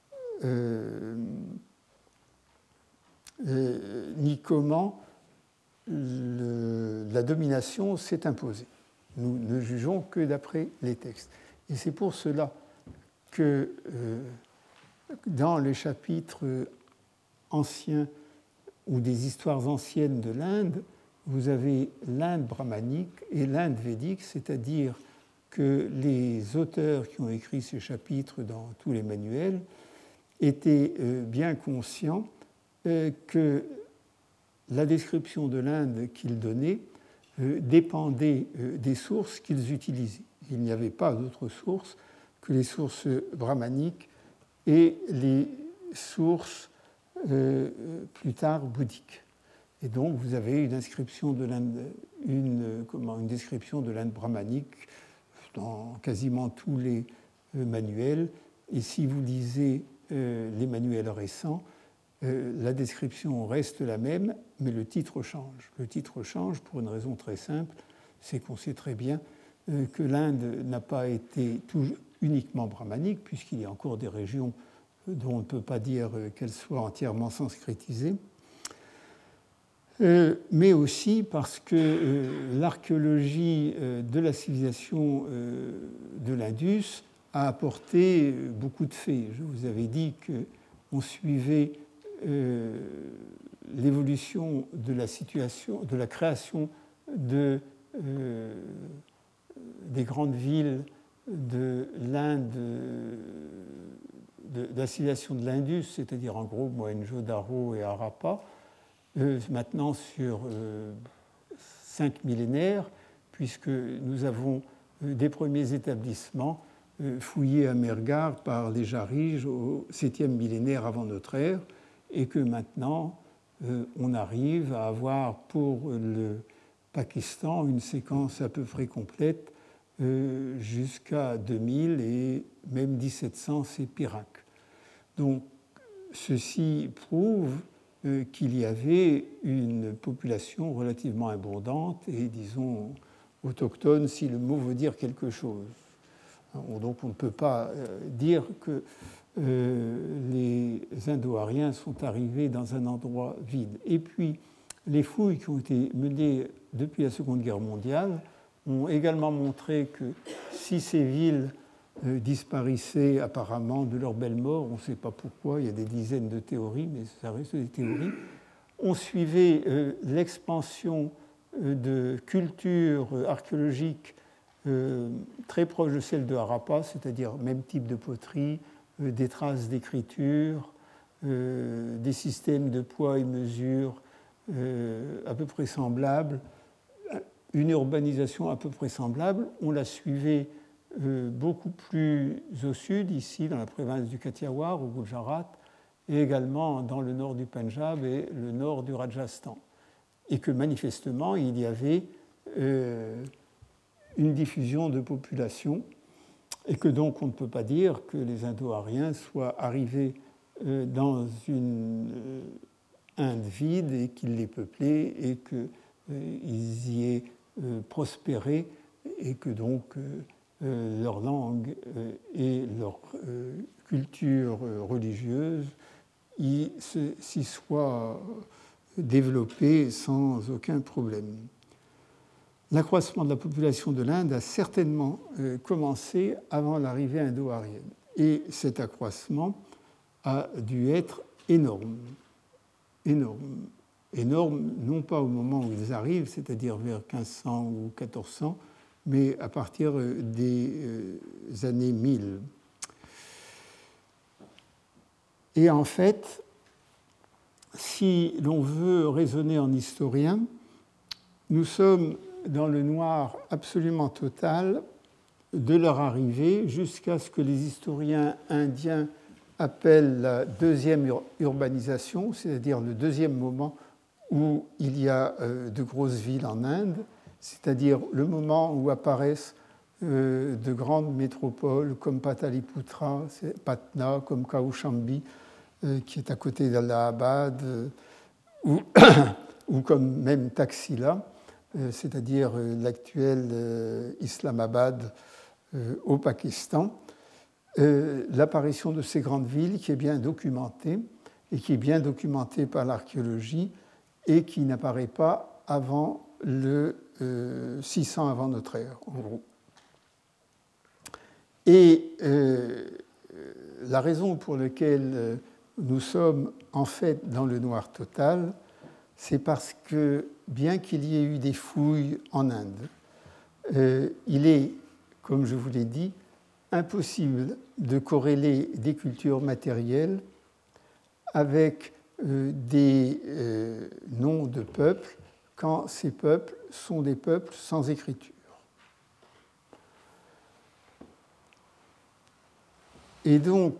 domination s'est imposée. Nous ne jugeons que d'après les textes. Et c'est pour cela que dans les chapitres anciens ou des histoires anciennes de l'Inde, vous avez l'Inde brahmanique et l'Inde védique, c'est-à-dire que les auteurs qui ont écrit ces chapitres dans tous les manuels étaient bien conscients que la description de l'Inde qu'ils donnaient dépendait des sources qu'ils utilisaient. Il n'y avait pas d'autres sources que les sources brahmaniques et les sources plus tard bouddhiques. Et donc vous avez une inscription de l'Inde, une description de l'Inde brahmanique dans quasiment tous les manuels. Et si vous lisez les manuels récents, la description reste la même, mais le titre change. Le titre change pour une raison très simple, c'est qu'on sait très bien que l'Inde n'a pas été uniquement brahmanique, puisqu'il y a encore des régions dont on ne peut pas dire qu'elles soient entièrement sanskritisées, mais aussi parce que l'archéologie de la civilisation de l'Indus a apporté beaucoup de faits. Je vous avais dit qu'on suivait l'évolution de la situation, de la création des grandes villes de l'Inde, de la civilisation de l'Indus, c'est-à-dire en gros Mohenjo-Daro et Harappa, maintenant sur 5 millénaires, puisque nous avons des premiers établissements fouillés à Mehrgarh par les Jariges au 7e millénaire avant notre ère, et que maintenant on arrive à avoir pour le Pakistan une séquence à peu près complète jusqu'à 2000 et même 1700, c'est Pirac. Donc ceci prouve qu'il y avait une population relativement abondante et, disons, autochtone, si le mot veut dire quelque chose. Donc on ne peut pas dire que les Indo-Aryens sont arrivés dans un endroit vide. Et puis, les fouilles qui ont été menées depuis la Seconde Guerre mondiale ont également montré que si ces villes disparaissaient apparemment de leur belle mort, on ne sait pas pourquoi, il y a des dizaines de théories, mais ça reste des théories, on suivait l'expansion de cultures archéologiques très proches de celles de Harappa, c'est-à-dire même type de poterie, des traces d'écriture, des systèmes de poids et mesure à peu près semblables, une urbanisation à peu près semblable. On la suivait beaucoup plus au sud, ici dans la province du Kathiawar, au Gujarat, et également dans le nord du Pendjab et le nord du Rajasthan. Et que manifestement, il y avait une diffusion de population, et que donc on ne peut pas dire que les Indo-Aryens soient arrivés dans une Inde vide et qu'ils l'aient peuplée et qu'ils y aient prospéré et que donc leur langue et leur culture religieuse s'y soient développées sans aucun problème. L'accroissement de la population de l'Inde a certainement commencé avant l'arrivée indo-aryenne. Et cet accroissement a dû être énorme. Énorme. Énorme, non pas au moment où ils arrivent, c'est-à-dire vers 1500 ou 1400, mais à partir des années 1000. Et en fait, si l'on veut raisonner en historien, nous sommes dans le noir absolument total de leur arrivée jusqu'à ce que les historiens indiens appellent la deuxième urbanisation, c'est-à-dire le deuxième moment où il y a de grosses villes en Inde, c'est-à-dire le moment où apparaissent de grandes métropoles comme Pataliputra, Patna, comme Kaushambi, qui est à côté d'Allahabad, ou comme même Taxila, c'est-à-dire l'actuel Islamabad au Pakistan. L'apparition de ces grandes villes qui est bien documentée et qui est bien documentée par l'archéologie et qui n'apparaît pas avant le 600 avant notre ère, en gros. Et la raison pour laquelle nous sommes en fait dans le noir total, c'est parce que, bien qu'il y ait eu des fouilles en Inde, il est, comme je vous l'ai dit, impossible de corréler des cultures matérielles avec des noms de peuples quand ces peuples sont des peuples sans écriture. Et donc,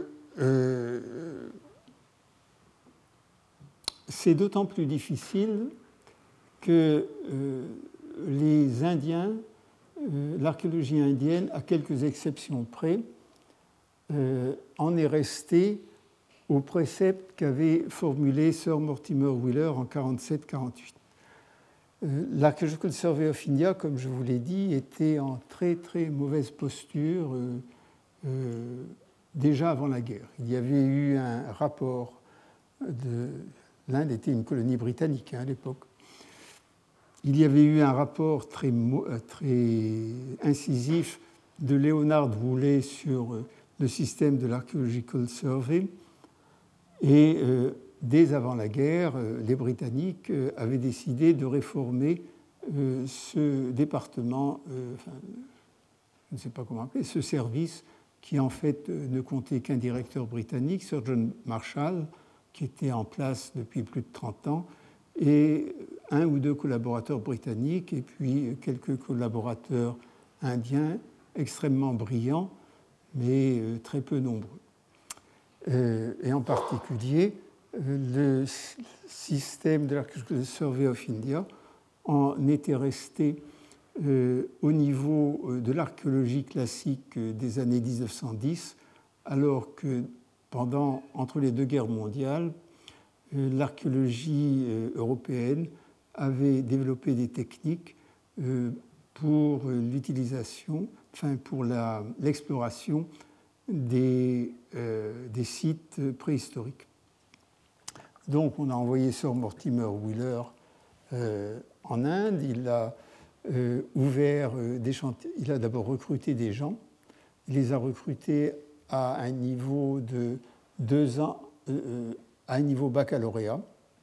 c'est d'autant plus difficile que les Indiens, l'archéologie indienne, à quelques exceptions près, en est resté au précepte qu'avait formulé Sir Mortimer Wheeler en 1947-48. L'Archaeological Survey of India, comme je vous l'ai dit, était en très très mauvaise posture déjà avant la guerre. Il y avait eu un rapport l'Inde était une colonie britannique à l'époque. Il y avait eu un rapport très incisif de Leonard Woolley sur le système de l'Archaeological Survey. Et dès avant la guerre, les Britanniques avaient décidé de réformer ce département, je ne sais pas comment appeler, ce service qui en fait ne comptait qu'un directeur britannique, Sir John Marshall, qui était en place depuis plus de 30 ans, et un ou deux collaborateurs britanniques, et puis quelques collaborateurs indiens extrêmement brillants, mais très peu nombreux. Et en particulier, le système de l'Archaeological Survey of India en était resté au niveau de l'archéologie classique des années 1910, alors que entre les deux guerres mondiales, l'archéologie européenne avait développé des techniques pour l'utilisation, pour l'exploration des sites préhistoriques. Donc on a envoyé Sir Mortimer Wheeler en Inde. Il a ouvert des chantiers. Il a d'abord recruté des gens. Il les a recrutés à un niveau de 2 ans, à un niveau baccalauréat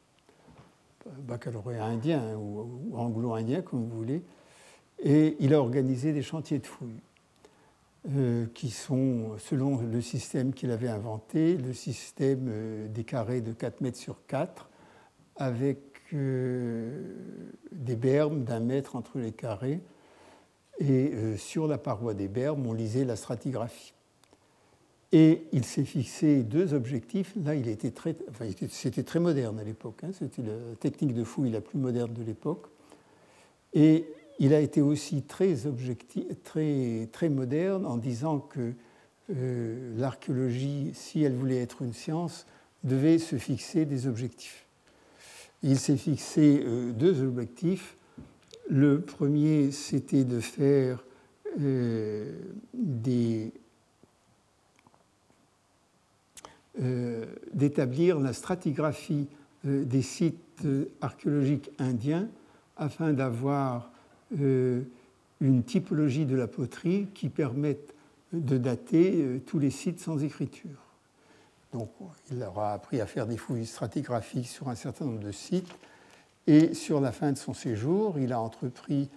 indien ou anglo-indien, comme vous voulez. Et il a organisé des chantiers de fouilles qui sont, selon le système qu'il avait inventé, le système des carrés de 4 mètres sur 4, avec des bermes d'1 mètre entre les carrés. Et sur la paroi des bermes, on lisait la stratigraphie. Et il s'est fixé 2 objectifs. Là, c'était très moderne à l'époque. C'était la technique de fouille la plus moderne de l'époque. Et il a été aussi très moderne en disant que l'archéologie, si elle voulait être une science, devait se fixer des objectifs. Il s'est fixé 2 objectifs. Le premier, c'était de faire d'établir la stratigraphie des sites archéologiques indiens afin d'avoir une typologie de la poterie qui permette de dater tous les sites sans écriture. Donc, il leur a appris à faire des fouilles stratigraphiques sur un certain nombre de sites. Et sur la fin de son séjour, il a entrepris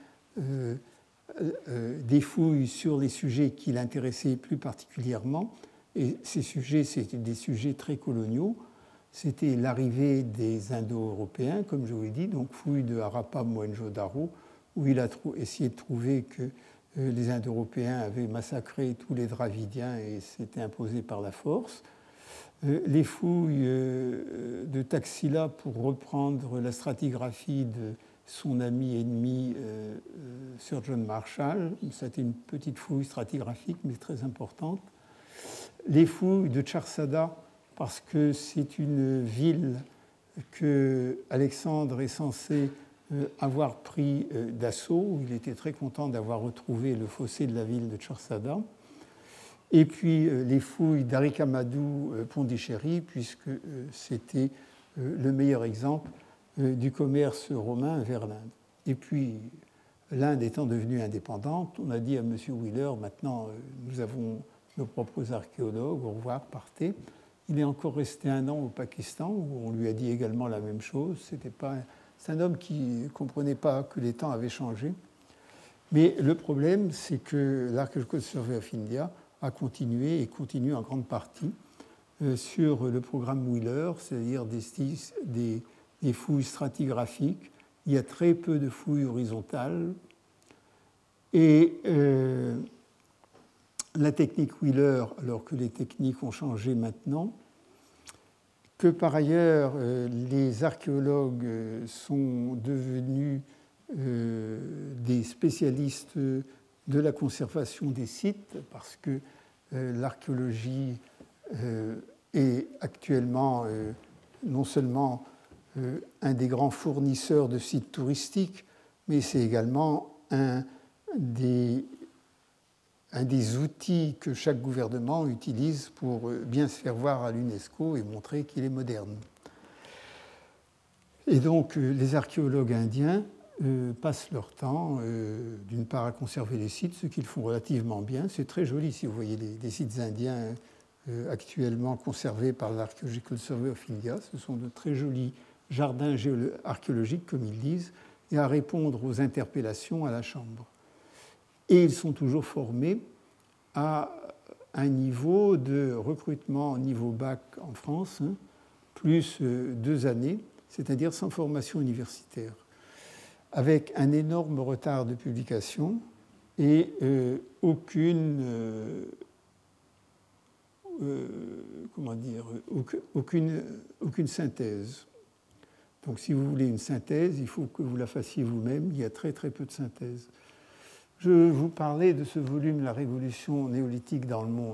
des fouilles sur les sujets qui l'intéressaient plus particulièrement. Et ces sujets, c'était des sujets très coloniaux. C'était l'arrivée des Indo-Européens, comme je vous l'ai dit, donc fouilles de Harappa, Mohenjo-Daro, où il a essayé de trouver que les Indo-Européens avaient massacré tous les Dravidiens et s'étaient imposés par la force. Les fouilles de Taxila pour reprendre la stratigraphie de son ami ennemi Sir John Marshall. C'était une petite fouille stratigraphique, mais très importante. Les fouilles de Charsada, parce que c'est une ville que Alexandre est censé avoir pris d'assaut. Il était très content d'avoir retrouvé le fossé de la ville de Charsada. Et puis les fouilles d'Arikamadou Pondichéry, puisque c'était le meilleur exemple du commerce romain vers l'Inde. Et puis, l'Inde étant devenue indépendante, on a dit à M. Wheeler, maintenant nous avons nos propres archéologues, au revoir, partez. Il est encore resté 1 an au Pakistan, où on lui a dit également la même chose. C'est un homme qui ne comprenait pas que les temps avaient changé. Mais le problème, c'est que l'Archaeological Survey of India a continué et continue en grande partie sur le programme Wheeler, c'est-à-dire des fouilles stratigraphiques. Il y a très peu de fouilles horizontales. Et la technique Wheeler, alors que les techniques ont changé maintenant, que par ailleurs les archéologues sont devenus des spécialistes de la conservation des sites, parce que l'archéologie est actuellement non seulement un des grands fournisseurs de sites touristiques, mais c'est également un des outils que chaque gouvernement utilise pour bien se faire voir à l'UNESCO et montrer qu'il est moderne. Et donc, les archéologues indiens passent leur temps, d'une part, à conserver les sites, ce qu'ils font relativement bien. C'est très joli si vous voyez des sites indiens actuellement conservés par l'Archaeological Survey of India. Ce sont de très jolis jardins archéologiques, comme ils disent, et à répondre aux interpellations à la Chambre. Et ils sont toujours formés à un niveau de recrutement niveau bac en France, plus 2 années, c'est-à-dire sans formation universitaire, avec un énorme retard de publication et aucune synthèse. Donc si vous voulez une synthèse, il faut que vous la fassiez vous-même. Il y a très très peu de synthèse. Je vous parlais de ce volume « La révolution néolithique dans le monde ».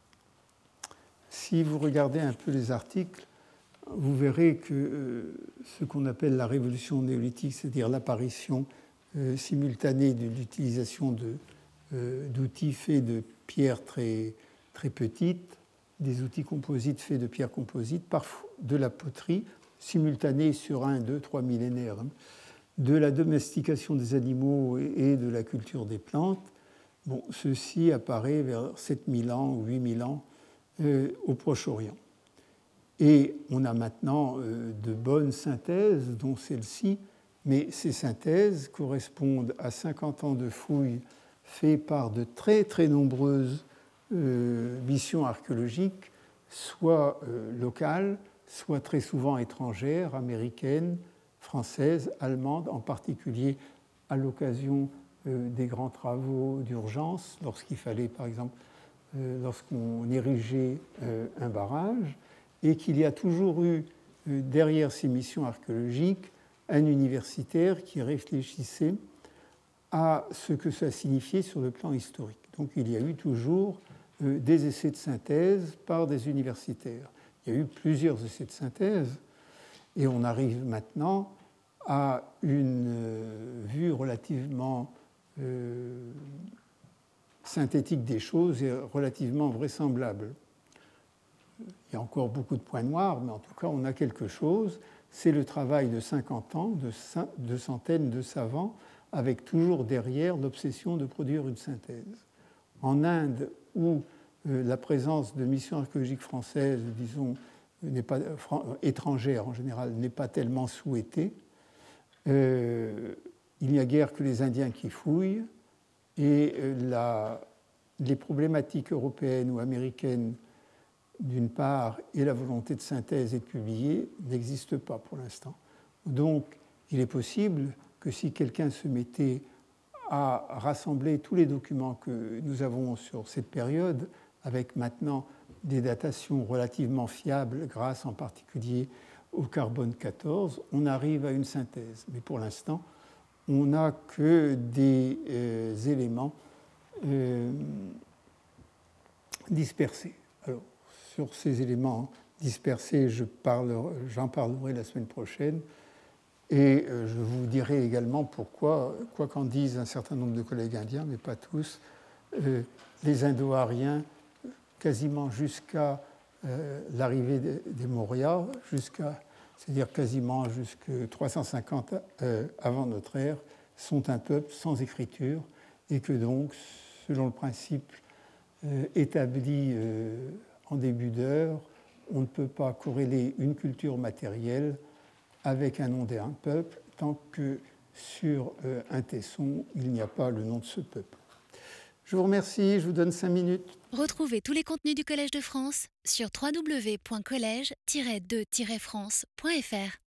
Si vous regardez un peu les articles, vous verrez que ce qu'on appelle la révolution néolithique, c'est-à-dire l'apparition simultanée de l'utilisation d'outils faits de pierres très, très petites, des outils composites faits de pierres composites, parfois de la poterie, simultanée sur 1, 2, 3 millénaires, de la domestication des animaux et de la culture des plantes. Bon, ceci apparaît vers 7000 ans ou 8000 ans au Proche-Orient. Et on a maintenant de bonnes synthèses, dont celle-ci, mais ces synthèses correspondent à 50 ans de fouilles faites par de très très nombreuses missions archéologiques, soit locales, soit très souvent étrangères, américaines, françaises, allemandes, en particulier à l'occasion des grands travaux d'urgence, lorsqu'il fallait, par exemple, lorsqu'on érigeait un barrage, et qu'il y a toujours eu, derrière ces missions archéologiques, un universitaire qui réfléchissait à ce que ça signifiait sur le plan historique. Donc il y a eu toujours des essais de synthèse par des universitaires. Il y a eu plusieurs essais de synthèse, et on arrive maintenant à une vue relativement synthétique des choses et relativement vraisemblable. Il y a encore beaucoup de points noirs, mais en tout cas, on a quelque chose. C'est le travail de 50 ans, de centaines de savants, avec toujours derrière l'obsession de produire une synthèse. En Inde, où la présence de missions archéologiques françaises, disons, étrangères en général, n'est pas tellement souhaitée, il n'y a guère que les Indiens qui fouillent, et les problématiques européennes ou américaines d'une part, et la volonté de synthèse et de publier n'existe pas pour l'instant. Donc, il est possible que si quelqu'un se mettait à rassembler tous les documents que nous avons sur cette période, avec maintenant des datations relativement fiables, grâce en particulier au carbone 14, on arrive à une synthèse. Mais pour l'instant, on n'a que des éléments dispersés. Alors, sur ces éléments dispersés, j'en parlerai la semaine prochaine. Et je vous dirai également pourquoi, quoi qu'en disent un certain nombre de collègues indiens, mais pas tous, les Indo-Ariens, quasiment jusqu'à l'arrivée des Mauryas, c'est-à-dire quasiment jusqu'à 350 avant notre ère, sont un peuple sans écriture, et que donc, selon le principe établi en début d'heure, on ne peut pas corréler une culture matérielle avec un nom d'un peuple tant que sur un tesson, il n'y a pas le nom de ce peuple. Je vous remercie, je vous donne 5 minutes. Retrouvez tous les contenus du Collège de France sur www.collège-2-france.fr.